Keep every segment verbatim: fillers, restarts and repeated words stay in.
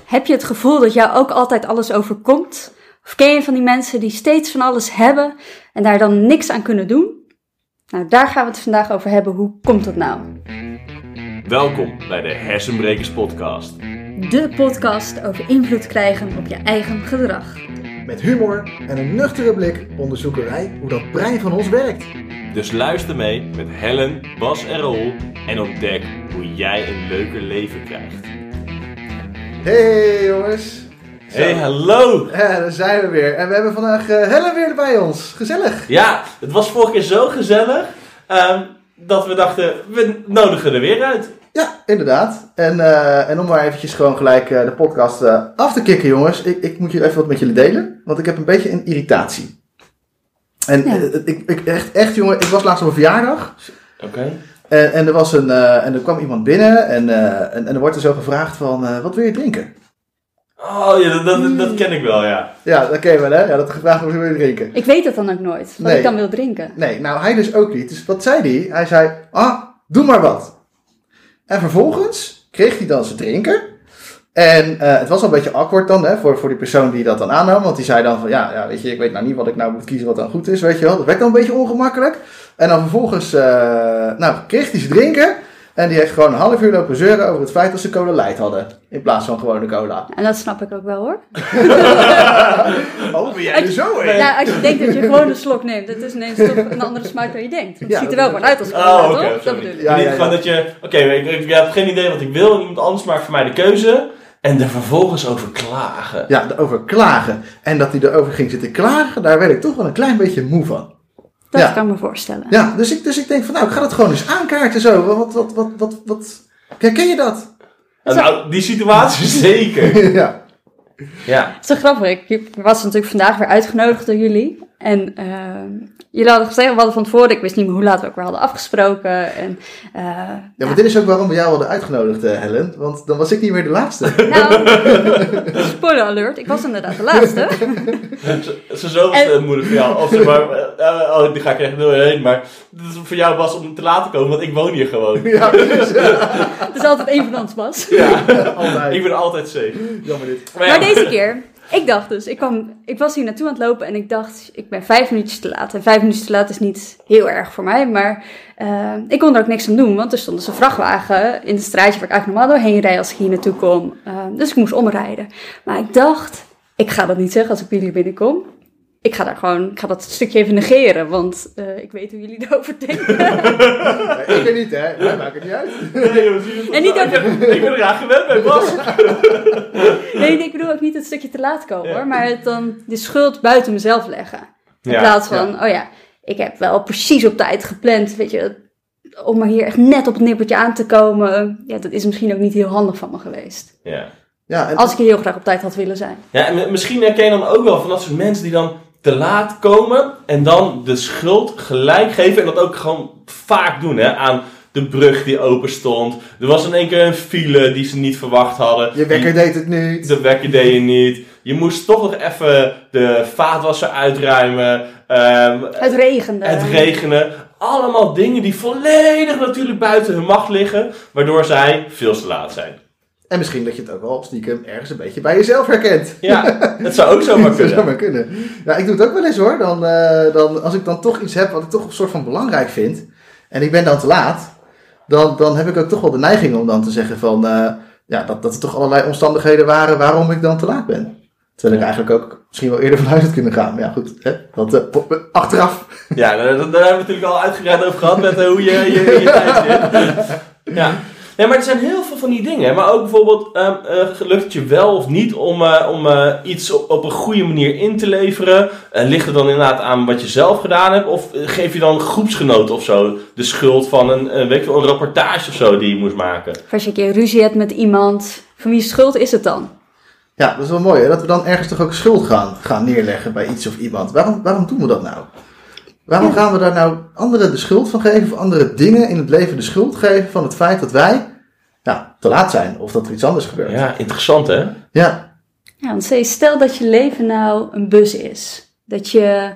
Heb je het gevoel dat jou ook altijd alles overkomt? Of ken je van die mensen die steeds van alles hebben en daar dan niks aan kunnen doen? Nou, daar gaan we het vandaag over hebben. Hoe komt dat nou? Welkom bij de Hersenbrekers podcast. De podcast over invloed krijgen op je eigen gedrag. Met humor en een nuchtere blik onderzoeken wij hoe dat brein van ons werkt. Dus luister mee met Helen, Bas en Raoul en ontdek hoe jij een leuker leven krijgt. Hey jongens. Hey, hallo! Ja, daar zijn we weer. En we hebben vandaag uh, Helen weer bij ons. Gezellig. Ja, het was vorige keer zo gezellig um, dat we dachten, we nodigen er weer uit. Ja, inderdaad. En, uh, en om maar eventjes gewoon gelijk uh, de podcast uh, af te kicken, jongens. Ik, ik moet hier even wat met jullie delen, want ik heb een beetje een irritatie. En ja. uh, ik, ik, echt, echt, jongen, ik was laatst op een verjaardag. Oké. Okay. En, en, er was een, uh, en er kwam iemand binnen en, uh, en, en er wordt er zo gevraagd van, uh, wat wil je drinken? Oh ja, dat, dat, dat ken ik wel, ja. Ja, dat ken je wel, hè? Ja, dat gevraagd wordt, wat wil je drinken? Ik weet dat dan ook nooit, wat nee. ik dan wil drinken. Nee, nou hij dus ook niet. Dus wat zei hij? Hij zei, ah, doe maar wat. En vervolgens kreeg hij dan zijn drinken. En uh, het was al een beetje awkward dan, hè, voor, voor die persoon die dat dan aannam. Want die zei dan van, ja, ja, weet je, ik weet nou niet wat ik nou moet kiezen wat dan goed is, weet je wel. Dat werd dan een beetje ongemakkelijk. En dan vervolgens, uh, nou, kreeg hij zijn drinken. En die heeft gewoon een half uur lopen zeuren over het feit dat ze Cola Light hadden. In plaats van gewone cola. En dat snap ik ook wel, hoor. Oh, ben jij er zo in? Ja, als je denkt dat je gewoon een slok neemt. Het is ineens toch een andere smaak dan je denkt. Het ja, ziet er wel gewoon uit als cola, oh, toch? Okay, dat bedoel ik. Ja, ja, ja. Gewoon dat je, oké, okay, ik, ik heb geen idee wat ik wil. En iemand anders maakt voor mij de keuze. En er vervolgens over klagen. Ja, over klagen. En dat hij erover ging zitten klagen, daar werd ik toch wel een klein beetje moe van. Dat ja. kan ik me voorstellen. Ja, dus ik, dus ik denk van nou, ik ga dat gewoon eens aankaarten zo. Wat, wat, wat, wat, wat. Ken je dat? En nou, die situatie zeker. Ja. Ja. Het is toch grappig. Ik was natuurlijk vandaag weer uitgenodigd door jullie. En uh, jullie hadden gezegd, we hadden van tevoren, ik wist niet meer hoe laat we ook weer hadden afgesproken. En, uh, ja, maar ja. dit is ook waarom we jou hadden uitgenodigd, uh, Helen. Want dan was ik niet meer de laatste. Nou, spoiler alert, ik was inderdaad de laatste. Zo zo was het moeilijk voor jou. Of zeg maar, uh, oh, die ga ik echt doorheen. Maar het is voor jou was om te laat te komen, want ik woon hier gewoon. Ja, precies. Het is altijd één van ons, Bas. Ja, altijd. Ik ben altijd safe. Jammer dit. Maar, ja. maar deze keer... Ik dacht dus, ik, kwam, ik was hier naartoe aan het lopen en ik dacht, ik ben vijf minuutjes te laat. En vijf minuutjes te laat is niet heel erg voor mij, maar uh, ik kon er ook niks aan doen. Want er stond dus een vrachtwagen in het straatje waar ik eigenlijk normaal doorheen rijd als ik hier naartoe kom. Uh, dus ik moest omrijden. Maar ik dacht, ik ga dat niet zeggen als ik bij jullie binnenkom. Ik ga daar gewoon, ik ga dat stukje even negeren, want uh, ik weet hoe jullie erover denken. Nee, ik weet niet, hè. Wij maken het niet uit. Nee, we en niet over... Ik ben er graag gewend bij, Bas. Nee, ik bedoel ook niet het stukje te laat komen, ja. hoor. Maar het dan de schuld buiten mezelf leggen. In ja, plaats van, ja. oh ja, ik heb wel precies op tijd gepland, weet je, om maar hier echt net op het nippertje aan te komen. Ja, dat is misschien ook niet heel handig van me geweest. Ja. Ja, en... Als ik heel graag op tijd had willen zijn. Ja, en misschien herken je dan ook wel van dat soort mensen die dan te laat komen en dan de schuld gelijk geven en dat ook gewoon vaak doen, hè, aan de brug die open stond. Er was in één keer een file die ze niet verwacht hadden. Je wekker die, deed het niet. De wekker deed je niet. Je moest toch nog even de vaatwasser uitruimen. Um, het regende. Het regenen. Allemaal dingen die volledig natuurlijk buiten hun macht liggen, waardoor zij veel te laat zijn. En misschien dat je het ook wel op stiekem ergens een beetje bij jezelf herkent. Ja, dat zou ook zomaar kunnen. Dat zou maar kunnen. Ja, ik doe het ook wel eens hoor. Dan, uh, dan, als ik dan toch iets heb wat ik toch een soort van belangrijk vind. En ik ben dan te laat. Dan, dan heb ik ook toch wel de neiging om dan te zeggen van... Uh, ja, dat, dat er toch allerlei omstandigheden waren waarom ik dan te laat ben. Terwijl ik eigenlijk ook misschien wel eerder vanuit had kunnen gaan. Maar ja, goed. Hè? Dat, uh, achteraf. Ja, daar, daar hebben we natuurlijk al uitgebreid over gehad met uh, hoe je je, je tijd zit. Ja. Nee, maar er zijn heel veel van die dingen. Maar ook bijvoorbeeld, um, uh, lukt het je wel of niet om, uh, om uh, iets op, op een goede manier in te leveren? Uh, ligt het dan inderdaad aan wat je zelf gedaan hebt? Of uh, geef je dan groepsgenoten of zo de schuld van een, uh, weet je wel, een rapportage of zo die je moest maken? Of als je een keer ruzie hebt met iemand, van wie schuld is het dan? Ja, dat is wel mooi hè? Dat we dan ergens toch ook schuld gaan, gaan neerleggen bij iets of iemand. Waarom, waarom doen we dat nou? Waarom gaan we daar nou anderen de schuld van geven, of andere dingen in het leven de schuld geven van het feit dat wij ja, te laat zijn, of dat er iets anders gebeurt? Ja, interessant hè? Ja. Ja, want stel dat je leven nou een bus is. Dat je,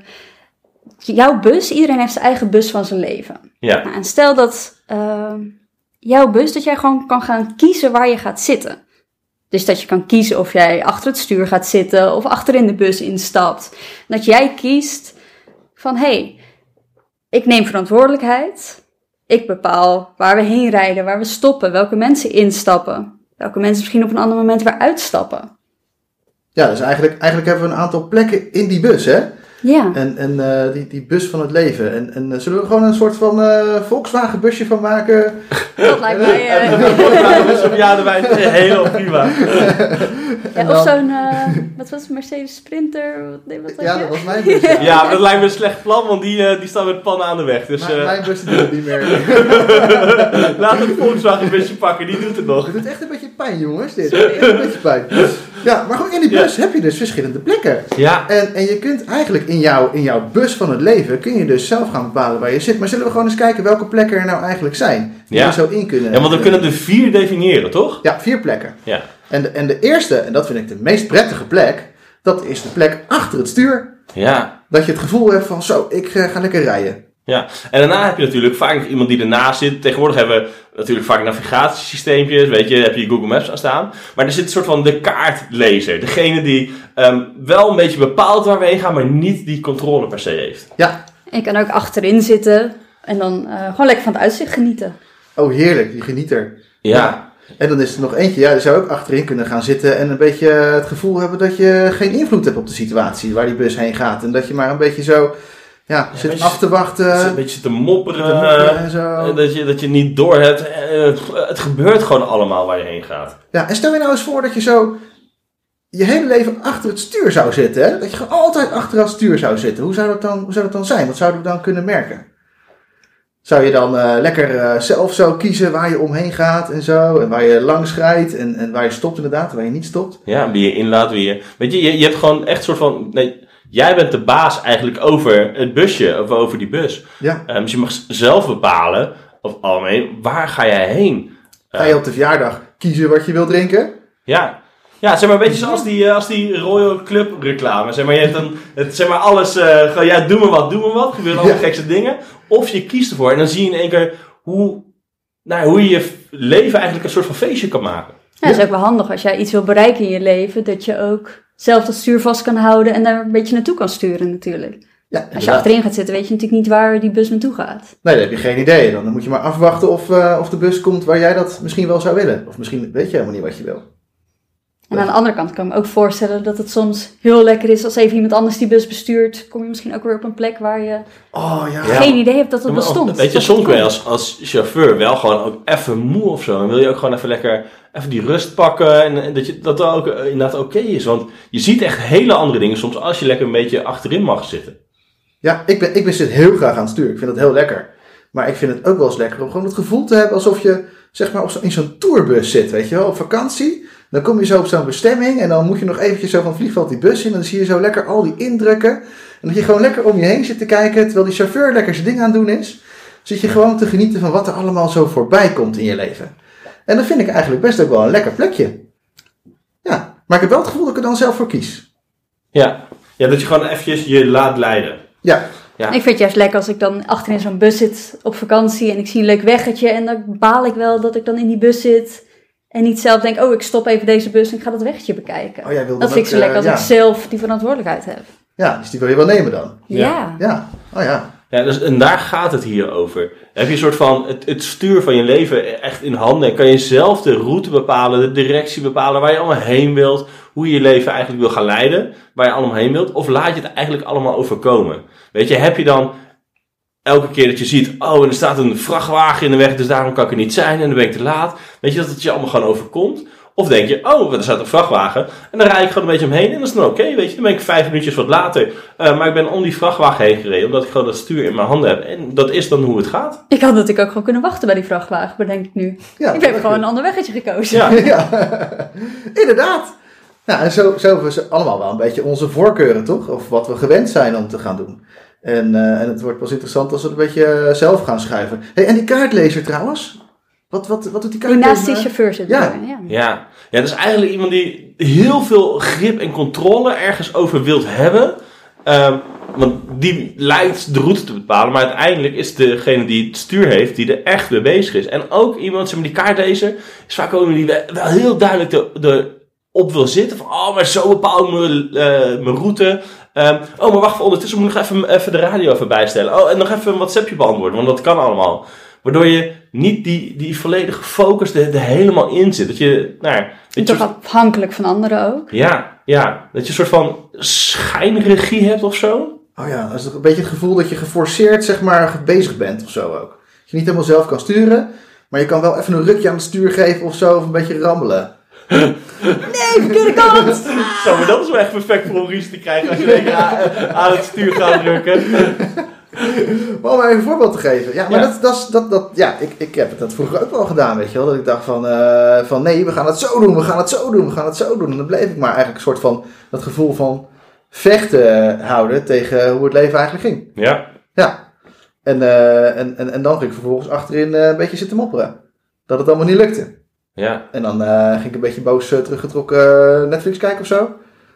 jouw bus, iedereen heeft zijn eigen bus van zijn leven. Ja. Nou, en stel dat uh, jouw bus, dat jij gewoon kan gaan kiezen waar je gaat zitten. Dus dat je kan kiezen of jij achter het stuur gaat zitten of achter in de bus instapt. Dat jij kiest van, hé, hey, ik neem verantwoordelijkheid. Ik bepaal waar we heen rijden, waar we stoppen, welke mensen instappen. Welke mensen misschien op een ander moment weer uitstappen. Ja, dus eigenlijk, eigenlijk hebben we een aantal plekken in die bus, hè? Ja. En, en uh, die, die bus van het leven. En, en uh, zullen we er gewoon een soort van uh, Volkswagen busje van maken? Dat lijkt mij... Uh... Ja, dat lijkt mij heel prima. Ja, of zo'n, uh, wat was het, Mercedes Sprinter? Nee, wat ja, je? dat was mijn bus. Ja, ja, maar dat lijkt me een slecht plan, want die, uh, die staan met pannen aan de weg. Dus, mijn, uh... mijn bus doet het niet meer. Laat het Volkswagen busje pakken, die doet het nog. Het doet echt een beetje pijn, jongens, dit. Echt een beetje pijn. Ja, maar gewoon in die bus ja. heb je dus verschillende plekken. Ja. En, en je kunt eigenlijk in, jou, in jouw bus van het leven, kun je dus zelf gaan bepalen waar je zit. Maar zullen we gewoon eens kijken welke plekken er nou eigenlijk zijn? Die ja. we zo in kunnen. Ja, want we kunnen er vier definiëren, toch? Ja, vier plekken. Ja. En de, en de eerste, en dat vind ik de meest prettige plek, dat is de plek achter het stuur. Ja. Dat je het gevoel hebt van, zo, ik uh, ga lekker rijden. Ja, en daarna heb je natuurlijk vaak nog iemand die ernaast zit. Tegenwoordig hebben we natuurlijk vaak navigatiesysteempjes, weet je, heb je Google Maps aan staan. Maar er zit een soort van de kaartlezer. Degene die um, wel een beetje bepaalt waar we heen gaan, maar niet die controle per se heeft. Ja. Ik kan ook achterin zitten en dan uh, gewoon lekker van het uitzicht genieten. Oh, heerlijk, die geniet Ja. ja. En dan is er nog eentje, ja, die zou ook achterin kunnen gaan zitten en een beetje het gevoel hebben dat je geen invloed hebt op de situatie waar die bus heen gaat. En dat je maar een beetje zo... Ja, ja, zit beetje, af te wachten. Een beetje te mopperen. Te mopperen en zo. Dat je, dat je niet door hebt. Uh, het gebeurt gewoon allemaal waar je heen gaat. Ja, en stel je nou eens voor dat je zo je hele leven achter het stuur zou zitten. Hè? Dat je gewoon altijd achter het stuur zou zitten. Hoe zou dat dan, hoe zou dat dan zijn? Wat zouden we dan kunnen merken? Zou je dan uh, lekker uh, zelf zo kiezen waar je omheen gaat en zo. En waar je langs rijdt en, en waar je stopt inderdaad. Waar je niet stopt. Ja, wie je inlaat, wie je... Weet je, je, je hebt gewoon echt een soort van... Nee, jij bent de baas eigenlijk over het busje, of over die bus. Ja. Um, dus je mag zelf bepalen, of algemeen, waar ga jij heen? Ga je op de verjaardag kiezen wat je wilt drinken? Ja. Ja, zeg maar een beetje zoals die, als die Royal Club reclame. Zeg maar, je hebt dan, het, zeg maar alles, uh, gewoon, ja, doe maar wat, doe maar wat. Gebeuren allemaal ja. gekste dingen. Of je kiest ervoor en dan zie je in één keer hoe, nou, hoe je je leven eigenlijk een soort van feestje kan maken. Ja, dat is ook wel handig als jij iets wil bereiken in je leven, dat je ook zelf dat stuur vast kan houden en daar een beetje naartoe kan sturen natuurlijk. Ja, als je achterin gaat zitten, weet je natuurlijk niet waar die bus naartoe gaat. Nee, dan heb je geen idee. Dan moet je maar afwachten of, uh, of de bus komt waar jij dat misschien wel zou willen. Of misschien weet je helemaal niet wat je wil. En aan de andere kant kan ik me ook voorstellen dat het soms heel lekker is als even iemand anders die bus bestuurt. Kom je misschien ook weer op een plek waar je oh, ja. geen idee hebt dat het bestond. Ja, weet je, soms ben je als, als chauffeur wel gewoon ook even moe of zo. En wil je ook gewoon even lekker even die rust pakken. En, en dat je, dat ook uh, inderdaad oké okay is. Want je ziet echt hele andere dingen soms als je lekker een beetje achterin mag zitten. Ja, ik ben, ik ben zit heel graag aan het stuur. Ik vind het heel lekker. Maar ik vind het ook wel eens lekker om gewoon het gevoel te hebben alsof je zeg maar op zo, in zo'n tourbus zit, weet je wel, op vakantie. Dan kom je zo op zo'n bestemming en dan moet je nog eventjes zo van het vliegveld die bus in. En dan zie je zo lekker al die indrukken. En dat je gewoon lekker om je heen zit te kijken, terwijl die chauffeur lekker zijn ding aan het doen is. Zit je gewoon te genieten van wat er allemaal zo voorbij komt in je leven. En dat vind ik eigenlijk best ook wel een lekker plekje. Ja, maar ik heb wel het gevoel dat ik er dan zelf voor kies. Ja, ja dat je gewoon eventjes je laat leiden. Ja. Ja. Ik vind het juist lekker als ik dan achterin zo'n bus zit op vakantie en ik zie een leuk weggetje en dan baal ik wel dat ik dan in die bus zit en niet zelf denk, oh ik stop even deze bus en ik ga dat weggetje bekijken. Oh, jij wil dat vind ik zo ook, lekker als uh, ik ja. zelf die verantwoordelijkheid heb. Ja, dus die wil je wel nemen dan. Ja. Ja, oh ja. Ja, dus, en daar gaat het hier over. Heb je een soort van het, het stuur van je leven echt in handen en kan je zelf de route bepalen, de directie bepalen, waar je allemaal heen wilt, hoe je je leven eigenlijk wil gaan leiden, waar je allemaal heen wilt, of laat je het eigenlijk allemaal overkomen? Weet je, heb je dan elke keer dat je ziet, oh en er staat een vrachtwagen in de weg, dus daarom kan ik er niet zijn en dan ben ik te laat. Weet je, dat het je allemaal gewoon overkomt? Of denk je, oh, er staat een vrachtwagen en dan rijd ik gewoon een beetje omheen en dat is dan oké, okay, weet je. Dan ben ik vijf minuutjes wat later, uh, maar ik ben om die vrachtwagen heen gereden, omdat ik gewoon dat stuur in mijn handen heb. En dat is dan hoe het gaat. Ik had natuurlijk ook gewoon kunnen wachten bij die vrachtwagen, bedenk ik nu. Ja, ik heb gewoon een ander weggetje gekozen. Ja, ja. Inderdaad. Nou, en zo, zo hebben we allemaal wel een beetje onze voorkeuren, toch? Of wat we gewend zijn om te gaan doen. En, uh, en het wordt pas interessant als we het een beetje uh, zelf gaan schuiven. Hey, en die kaartlezer trouwens? Wat, wat, wat doet die Die kaartlezer? naast die chauffeur zit. Ja. Er, ja. ja. Ja, dat is eigenlijk iemand die heel veel grip en controle ergens over wilt hebben. Um, want die lijkt de route te bepalen, maar uiteindelijk is degene die het stuur heeft, die er echt mee bezig is. En ook iemand, zeg maar, die kaartlezer, is vaak ook iemand die wel heel duidelijk de, de op wil zitten. Van, oh, maar zo bepaal ik mijn, uh, mijn route. Um, oh, maar wacht, ondertussen moet ik nog even, even de radio even bijstellen. Oh, en nog even een WhatsAppje beantwoorden, want dat kan allemaal. Waardoor je niet die, die volledige focus er, er helemaal in zit. Dat je, nou, dat je toch soort, afhankelijk van anderen ook. Ja, ja, dat je een soort van schijnregie hebt of zo. Oh ja, dat is toch een beetje het gevoel dat je geforceerd, zeg maar, bezig bent of zo ook. Dat je niet helemaal zelf kan sturen, maar je kan wel even een rukje aan het stuur geven of zo, of een beetje rammelen. Nee, verkeerde kant! Zo, maar dat is wel echt perfect voor een ruzie te krijgen als je lekker aan het stuur gaat drukken. Maar om even een voorbeeld te geven. Ja, maar ja. Dat, dat, dat, dat, ja, ik, ik heb dat vroeger ook wel gedaan, weet je wel. Dat ik dacht van, uh, van nee, we gaan het zo doen, we gaan het zo doen, we gaan het zo doen. En dan bleef ik maar eigenlijk een soort van, dat gevoel van vechten houden tegen hoe het leven eigenlijk ging. Ja. Ja. En, uh, en, en, en dan ging ik vervolgens achterin uh, een beetje zitten mopperen. Dat het allemaal niet lukte. Ja. En dan uh, ging ik een beetje boos uh, teruggetrokken uh, Netflix kijken of zo.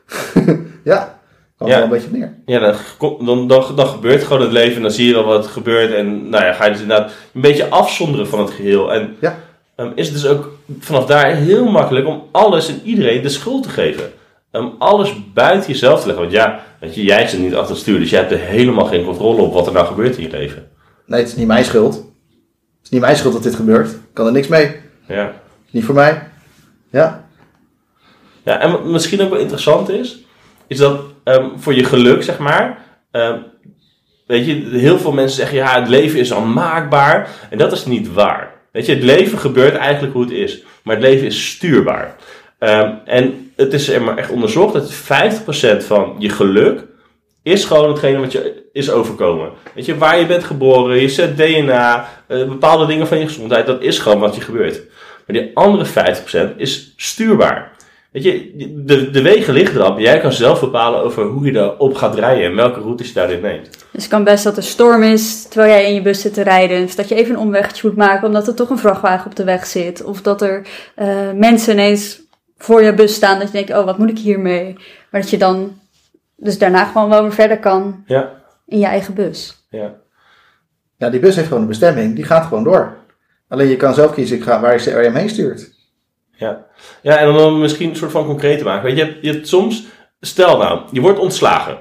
Ja. Kan ja. wel een beetje neer. Ja, dan, dan, dan, dan gebeurt gewoon het leven en dan zie je wel wat er gebeurt. En nou ja, ga je dus inderdaad een beetje afzonderen van het geheel. En ja. um, is het dus ook vanaf daar heel makkelijk om alles en iedereen de schuld te geven. Om alles buiten jezelf te leggen. Want ja, weet je, jij zit niet achter het stuur, dus jij hebt er helemaal geen controle op wat er nou gebeurt in je leven. Nee, het is niet mijn schuld. Het is niet mijn schuld dat dit gebeurt. Ik kan er niks mee. Ja. Niet voor mij. Ja. Ja, en wat misschien ook wel interessant is, is dat um, voor je geluk, zeg maar, um, weet je, heel veel mensen zeggen, ja, het leven is onmaakbaar. En dat is niet waar. Weet je, het leven gebeurt eigenlijk hoe het is. Maar het leven is stuurbaar. Um, en het is er maar echt onderzocht dat vijftig procent van je geluk is gewoon hetgene wat je is overkomen. Weet je, waar je bent geboren, je zet D N A, uh, bepaalde dingen van je gezondheid, dat is gewoon wat je gebeurt. Maar die andere vijftig procent is stuurbaar. Weet je, de, de wegen liggen erop. Jij kan zelf bepalen over hoe je erop gaat rijden en welke routes je daarin neemt. Dus het kan best dat er storm is terwijl jij in je bus zit te rijden. Of dat je even een omwegje moet maken omdat er toch een vrachtwagen op de weg zit. Of dat er uh, mensen ineens voor je bus staan dat je denkt, oh, wat moet ik hiermee? Maar dat je dan dus daarna gewoon wel weer verder kan ja. in je eigen bus. Ja. Ja, die bus heeft gewoon een bestemming. Die gaat gewoon door. Alleen je kan zelf kiezen ik ga, waar je hem heen stuurt. Ja. Ja, en dan misschien een soort van concreet te maken. Weet je, je hebt, je hebt soms, stel nou, je wordt ontslagen.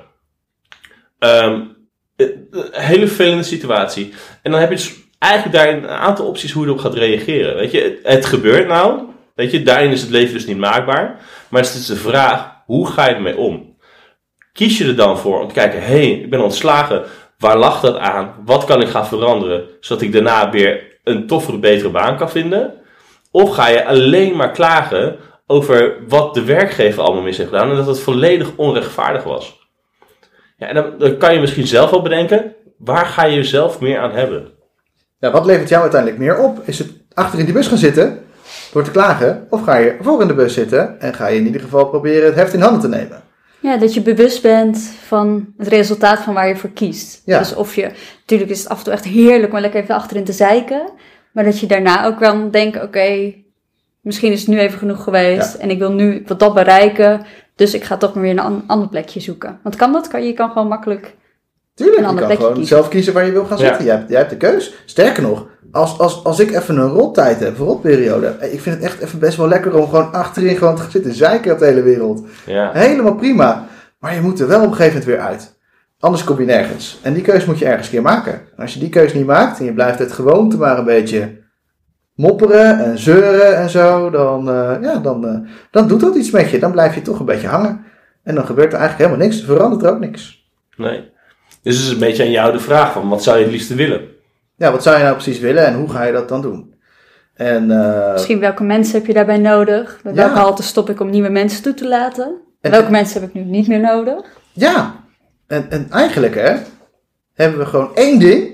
Um, een hele vervelende situatie. En dan heb je dus eigenlijk daarin een aantal opties hoe je erop gaat reageren. Weet je, het, het gebeurt nou. Weet je, daarin is het leven dus niet maakbaar. Maar het is dus de vraag, hoe ga je ermee om? Kies je er dan voor om te kijken, hé, hey, ik ben ontslagen. Waar lag dat aan? Wat kan ik gaan veranderen? Zodat ik daarna weer een toffere, betere baan kan vinden? Of ga je alleen maar klagen over wat de werkgever allemaal mis heeft gedaan en dat het volledig onrechtvaardig was? Ja, en dan, dan kan je misschien zelf wel bedenken, waar ga je zelf meer aan hebben? Ja, wat levert jou uiteindelijk meer op? Is het achter in die bus gaan zitten door te klagen? Of ga je voor in de bus zitten en ga je in ieder geval proberen het heft in handen te nemen? Ja, dat je bewust bent van het resultaat van waar je voor kiest. Ja. Dus of je, natuurlijk is het af en toe echt heerlijk om lekker even achterin te zeiken. Maar dat je daarna ook wel denkt, oké, okay, misschien is het nu even genoeg geweest. Ja. En ik wil nu wat dat bereiken. Dus ik ga toch maar weer een an- ander plekje zoeken. Want kan dat? Kan, je kan gewoon makkelijk Tuurlijk, een ander je kan gewoon kiezen. zelf kiezen waar je wil gaan zitten. Ja. Jij, hebt, jij hebt de keus. Sterker nog, als, als, als ik even een rottijd heb, een rotperiode. Ik vind het echt even best wel lekker om gewoon achterin gewoon te gaan zitten zeiken op de hele wereld. Ja. Helemaal prima. Maar je moet er wel op een gegeven moment weer uit. Anders kom je nergens. En die keus moet je ergens een keer maken. En als je die keus niet maakt en je blijft het gewoonte maar een beetje mopperen en zeuren en zo, dan, uh, ja, dan, uh, dan doet dat iets met je. Dan blijf je toch een beetje hangen. En dan gebeurt er eigenlijk helemaal niks. Er verandert er ook niks. Nee. Dus het is een beetje aan jou de vraag van, wat zou je het liefste willen? Ja, wat zou je nou precies willen en hoe ga je dat dan doen? En, uh, Misschien welke mensen heb je daarbij nodig? Bij welke ja. halte stop ik om nieuwe mensen toe te laten? En, welke en, mensen heb ik nu niet meer nodig? Ja, en, en eigenlijk hè, hebben we gewoon één ding,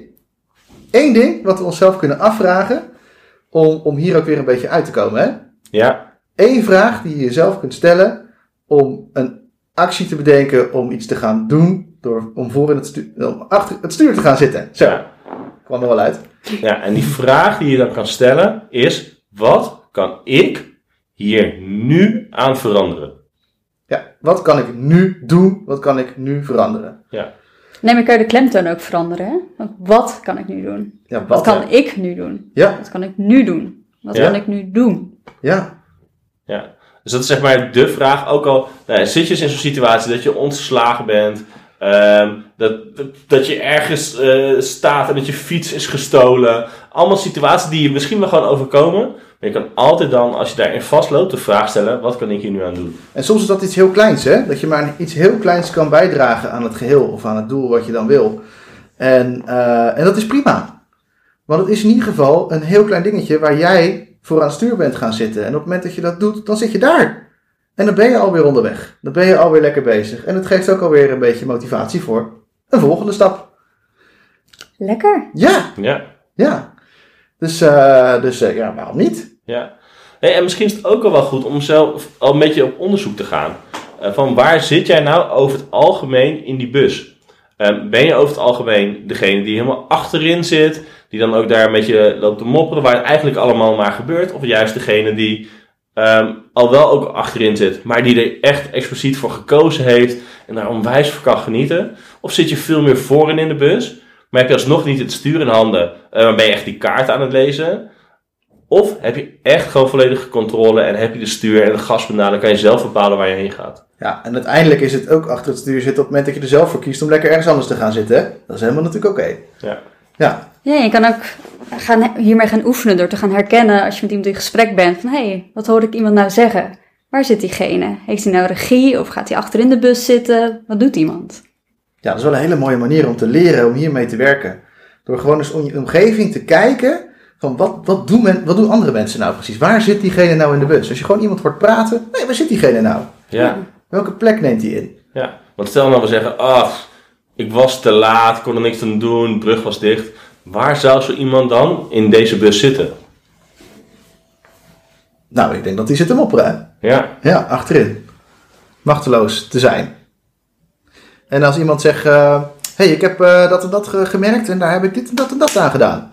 één ding wat we onszelf kunnen afvragen om, om hier ook weer een beetje uit te komen. Hè? Ja. Eén vraag die je jezelf kunt stellen om een actie te bedenken om iets te gaan doen, door, om voor in het stuur, om achter het stuur te gaan zitten. Zo, Ja. kwam er wel uit. Ja, en die vraag die je dan kan stellen is, wat kan ik hier nu aan veranderen? Ja, wat kan ik nu doen? Wat kan ik nu veranderen? Ja. Nee, maar kan je de klemtoon ook veranderen, hè? Want wat kan ik nu doen? Ja, wat, Wat kan ja. ik nu doen? Ja, Wat kan ik nu doen? Wat Ja. kan ik nu doen? ja. Ja. Dus dat is zeg maar de vraag. Ook al nou, zit je eens in zo'n situatie dat je ontslagen bent. Um, dat, dat, dat je ergens uh, staat en dat je fiets is gestolen. Allemaal situaties die je misschien wel gewoon overkomen. Maar je kan altijd dan, als je daarin vastloopt, de vraag stellen: wat kan ik hier nu aan doen? En soms is dat iets heel kleins, hè? Dat je maar iets heel kleins kan bijdragen aan het geheel of aan het doel wat je dan wil. En, uh, en dat is prima. Want het is in ieder geval een heel klein dingetje waar jij voor aan het stuur bent gaan zitten. En op het moment dat je dat doet, dan zit je daar. En dan ben je alweer onderweg. Dan ben je alweer lekker bezig. En het geeft ook alweer een beetje motivatie voor een volgende stap. Lekker. Ja. Ja. Ja. Dus, uh, dus uh, ja, waarom niet? Ja. Hey, en misschien is het ook al wel goed om zelf al een beetje op onderzoek te gaan. Uh, van waar zit jij nou over het algemeen in die bus? Uh, ben je over het algemeen degene die helemaal achterin zit, die dan ook daar een beetje loopt te mopperen waar het eigenlijk allemaal maar gebeurt? Of juist degene die um, al wel ook achterin zit, maar die er echt expliciet voor gekozen heeft en daar onwijs voor kan genieten? Of zit je veel meer voorin in de bus, maar heb je alsnog niet het stuur in handen, uh, maar ben je echt die kaart aan het lezen? Of heb je echt gewoon volledige controle en heb je de stuur en de gaspedaal, dan kan je zelf bepalen waar je heen gaat. Ja, en uiteindelijk is het ook achter het stuur zitten op het moment dat je er zelf voor kiest om lekker ergens anders te gaan zitten. Hè? Dat is helemaal natuurlijk oké. Okay. Ja. Ja. Ja, je kan ook gaan, hiermee gaan oefenen door te gaan herkennen als je met iemand in gesprek bent. Van, hé, hey, wat hoor ik iemand nou zeggen? Waar zit diegene? Heeft hij nou regie of gaat hij achter in de bus zitten? Wat doet iemand? Ja, dat is wel een hele mooie manier om te leren, om hiermee te werken. Door gewoon eens om je omgeving te kijken van wat, wat, doen men, wat doen andere mensen nou precies? Waar zit diegene nou in de bus? Als je gewoon iemand hoort praten, nee, waar zit diegene nou? Ja. Welke plek neemt hij in? Ja, want stel nou we zeggen, ah, ik was te laat, kon er niks aan doen, de brug was dicht. Waar zou zo iemand dan in deze bus zitten? Nou, ik denk dat hij zit te mopperen. Ja. Ja, achterin. Machteloos te zijn. En als iemand zegt, hé, uh, hey, ik heb uh, dat en dat gemerkt en daar heb ik dit en dat en dat aan gedaan.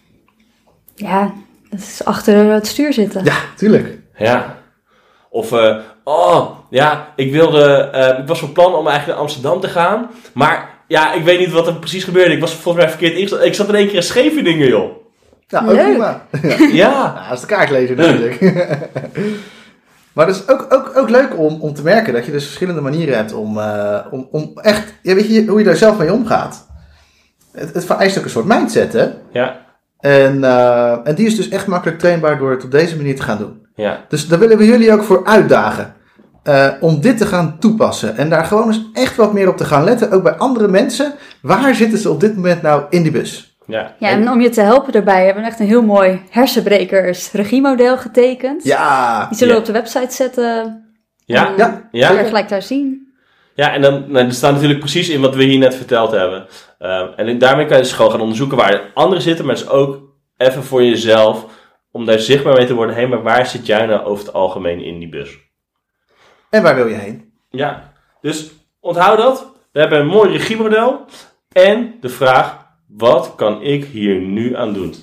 Ja, dat is achter het stuur zitten. Ja, tuurlijk. Ja. Of, uh, oh, ja, ik wilde, uh, ik was van plan om eigenlijk naar Amsterdam te gaan. Maar, ja, ik weet niet wat er precies gebeurde. Ik was volgens mij verkeerd ingesteld. Ik zat in één keer in Scheveningen, joh. Ja, ook Leuk. prima. Ja. Ja. Nou, dat is de kaart lezen natuurlijk. Maar het is ook, ook, ook leuk om, om te merken dat je dus verschillende manieren hebt om, uh, om, om echt, ja, weet je, hoe je daar zelf mee omgaat. Het, het vereist ook een soort mindset, hè? Ja. En, uh, en die is dus echt makkelijk trainbaar door het op deze manier te gaan doen. Ja. Dus daar willen we jullie ook voor uitdagen. Uh, om dit te gaan toepassen. En daar gewoon eens echt wat meer op te gaan letten. Ook bij andere mensen. Waar zitten ze op dit moment nou in die bus? Ja. Ja, en om je te helpen daarbij hebben we echt een heel mooi hersenbrekers regiemodel getekend. Ja. Die zullen Ja. we op de website zetten. Ja. En, Ja. Ja. kan je gelijk daar zien. Ja, en dan, nou, er staat natuurlijk precies in wat we hier net verteld hebben. Uh, en daarmee kan je dus gewoon gaan onderzoeken waar anderen zitten, maar dus ook even voor jezelf, om daar zichtbaar mee te worden, hé, maar waar zit jij nou over het algemeen in die bus? En waar wil je heen? Ja, dus onthoud dat. We hebben een mooi regiemodel en de vraag, wat kan ik hier nu aan doen?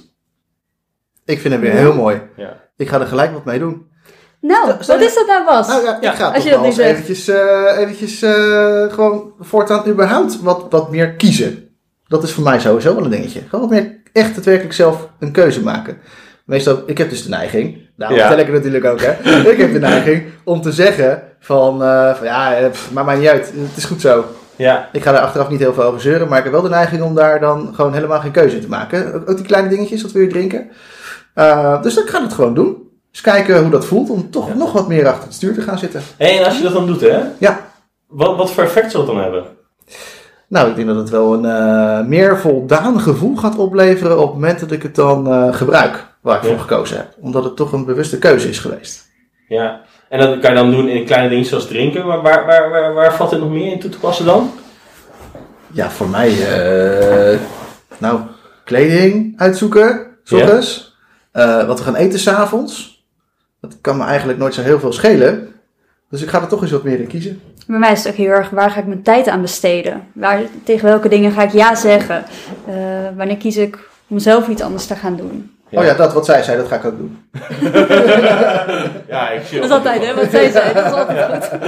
Ik vind het weer heel mooi. Ja. Ik ga er gelijk wat mee doen. Nou, Stel- stel wat je- is dat nou, Bas? Nou ja, Ja, ik ga als toch je dat wel eens nu zegt. eventjes, uh, eventjes uh, gewoon voortaan überhaupt wat, wat meer kiezen. Dat is voor mij sowieso wel een dingetje. Gewoon wat meer echt daadwerkelijk zelf een keuze maken. Meestal, ik heb dus de neiging, daarom Ja. vertel ik het natuurlijk ook, hè. Ik heb de neiging om te zeggen van, uh, van ja, pff, maakt mij niet uit, het is goed zo. Ja. Ik ga daar achteraf niet heel veel over zeuren, maar ik heb wel de neiging om daar dan gewoon helemaal geen keuze in te maken. Ook, ook die kleine dingetjes, wat wil je drinken. Uh, dus dan ga ik het gewoon doen. Dus kijken hoe dat voelt om toch Ja. nog wat meer achter het stuur te gaan zitten. En als je dat dan doet, hè? Ja. Wat, wat voor effect zal het dan hebben? Nou, ik denk dat het wel een uh, meer voldaan gevoel gaat opleveren op het moment dat ik het dan uh, gebruik, waar ik Ja. voor gekozen heb. Omdat het toch een bewuste keuze is geweest. Ja. En dat kan je dan doen in kleine dingen zoals drinken, maar waar, waar, waar, waar valt dit nog meer in toe te passen dan? Ja, voor mij, uh, nou, kleding uitzoeken, 's ochtends. Uh, wat we gaan eten 's avonds. Dat kan me eigenlijk nooit zo heel veel schelen. Dus ik ga er toch eens wat meer in kiezen. Bij mij is het ook heel erg, waar ga ik mijn tijd aan besteden? Waar, tegen welke dingen ga ik ja zeggen? Uh, wanneer kies ik om zelf iets anders te gaan doen? Ja. Oh ja, dat wat zij zei, dat ga ik ook doen. Ja, ik zie Dat is altijd, hè? Wat zij zei, dat is altijd goed.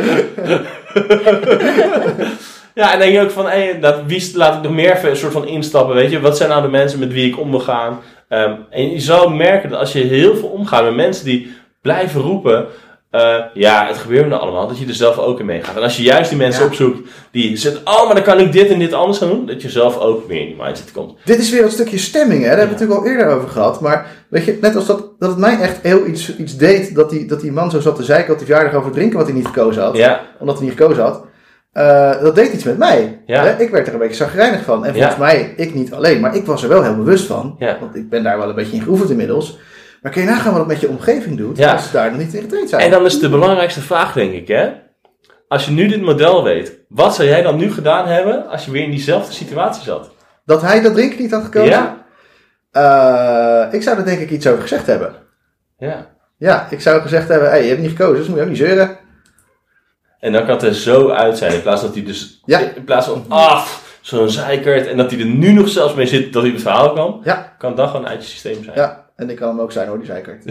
Ja, en denk je ook van, hey, dat, wie laat ik nog meer een soort van instappen, weet je? Wat zijn nou de mensen met wie ik om wil gaan? Um, en je zou merken dat als je heel veel omgaat met mensen die blijven roepen, Uh, ja, het gebeurt me allemaal, dat je er zelf ook in meegaat. En als je juist die mensen ja. opzoekt die zeggen, oh, maar dan kan ik dit en dit anders gaan doen, dat je zelf ook meer in die mindset komt. Dit is weer een stukje stemming, hè? Daar hebben we ja. natuurlijk al eerder over gehad. Maar weet je, net als dat, dat het mij echt heel iets, iets deed, dat die, dat die man zo zat te zeiken op die verjaardag over drinken wat hij niet gekozen had. Ja. Omdat hij niet gekozen had. Uh, dat deed iets met mij. Ja. Hè? Ik werd er een beetje chagrijnig van. En volgens ja. mij, ik niet alleen, maar ik was er wel heel bewust van. Ja. Want ik ben daar wel een beetje in geoefend inmiddels. Maar kun je nagaan wat het met je omgeving doet, ja. als ze daar nog niet in getraind zijn. En dan is de belangrijkste vraag, denk ik, hè. Als je nu dit model weet, wat zou jij dan nu gedaan hebben als je weer in diezelfde situatie zat? Dat hij dat drinken niet had gekozen? Ja. Uh, ik zou er denk ik iets over gezegd hebben. Ja. Ja, ik zou gezegd hebben, hey, je hebt niet gekozen, dus moet je ook niet zeuren. En dan kan het er zo uit zijn, in plaats dat hij dus, ja. in plaats van, af, zo'n zeikert, en dat hij er nu nog zelfs mee zit, dat hij het verhaal kan, ja. kan dat gewoon uit je systeem zijn. Ja. En ik kan hem ook zijn hoor, die zeikert.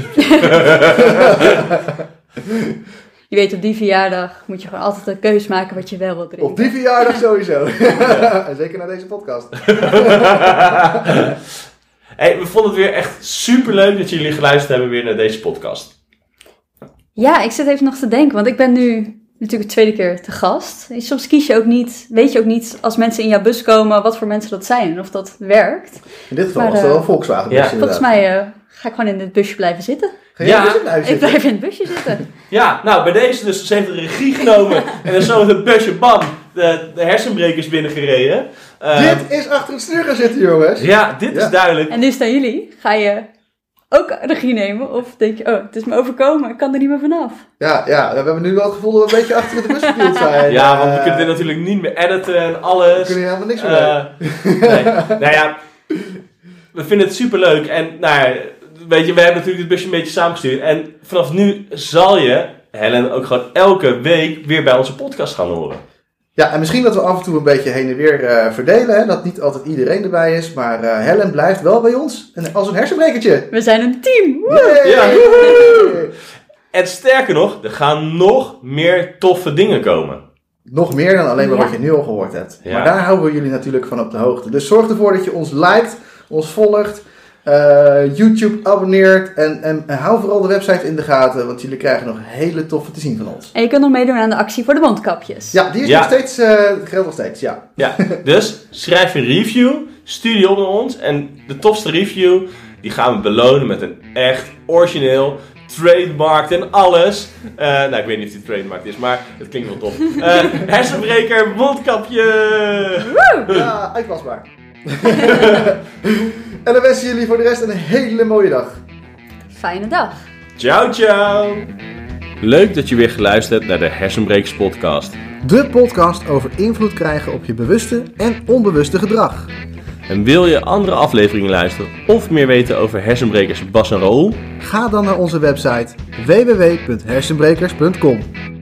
Je weet, op die verjaardag moet je gewoon altijd een keus maken wat je wel wilt drinken. Op die verjaardag sowieso. Ja. En zeker na deze podcast. Hey, we vonden het weer echt superleuk dat jullie geluisterd hebben weer naar deze podcast. Ja, ik zit even nog te denken, want ik ben nu natuurlijk de tweede keer te gast. Soms kies je ook niet, weet je ook niet als mensen in jouw bus komen wat voor mensen dat zijn en of dat werkt. In dit geval was het wel een Volkswagen busje. Ja. Volgens mij uh, ga ik gewoon in dit busje blijven zitten. Ga jij ja, in blijven ik blijf in het busje zitten. Ja, nou bij deze dus, ze heeft de regie genomen en dan zo met het busje, bam, de, de hersenbrekers binnengereden. Uh, dit is achter het stuur gaan zitten, jongens. Ja, dit ja. is duidelijk. En nu staan jullie. Ga je ook regie nemen? Of denk je, oh, het is me overkomen, ik kan er niet meer vanaf? Ja, ja, we hebben nu wel het gevoel dat we een beetje achter de bus geduwd zijn. Ja, want we kunnen dit natuurlijk niet meer editen en alles. We kunnen helemaal niks meer uh, nee. Nou ja, we vinden het superleuk. En nou, weet je, we hebben natuurlijk dit busje een beetje samengestuurd. En vanaf nu zal je, Helen, ook gewoon elke week weer bij onze podcast gaan horen. Ja, en misschien dat we af en toe een beetje heen en weer uh, verdelen. Hè? Dat niet altijd iedereen erbij is. Maar uh, Helen blijft wel bij ons. En als een hersenbrekertje. We zijn een team. Yay! Ja. En sterker nog, er gaan nog meer toffe dingen komen. Nog meer dan alleen maar ja. wat je nu al gehoord hebt. Ja. Maar daar houden we jullie natuurlijk van op de hoogte. Dus zorg ervoor dat je ons liked, ons volgt. Uh, YouTube abonneert en, en, en hou vooral de website in de gaten, want jullie krijgen nog hele toffe te zien van ons. En je kunt nog meedoen aan de actie voor de mondkapjes. Ja, die is ja. nog steeds, uh, geldt nog steeds, ja. Ja, dus schrijf een review, stuur die op naar ons en de tofste review, die gaan we belonen met een echt origineel, trademarked en alles. Uh, nou, ik weet niet of die trademarked is, maar het klinkt wel tof. Uh, hersenbreker, mondkapje! Woe! Ja, uitwasbaar. En dan wensen jullie voor de rest een hele mooie dag. Fijne dag. Ciao, ciao. Leuk dat je weer geluisterd hebt naar de Hersenbrekers podcast. De podcast over invloed krijgen op je bewuste en onbewuste gedrag. En wil je andere afleveringen luisteren of meer weten over hersenbrekers Bas en Raoul? Ga dan naar onze website w w w punt hersenbrekers punt com.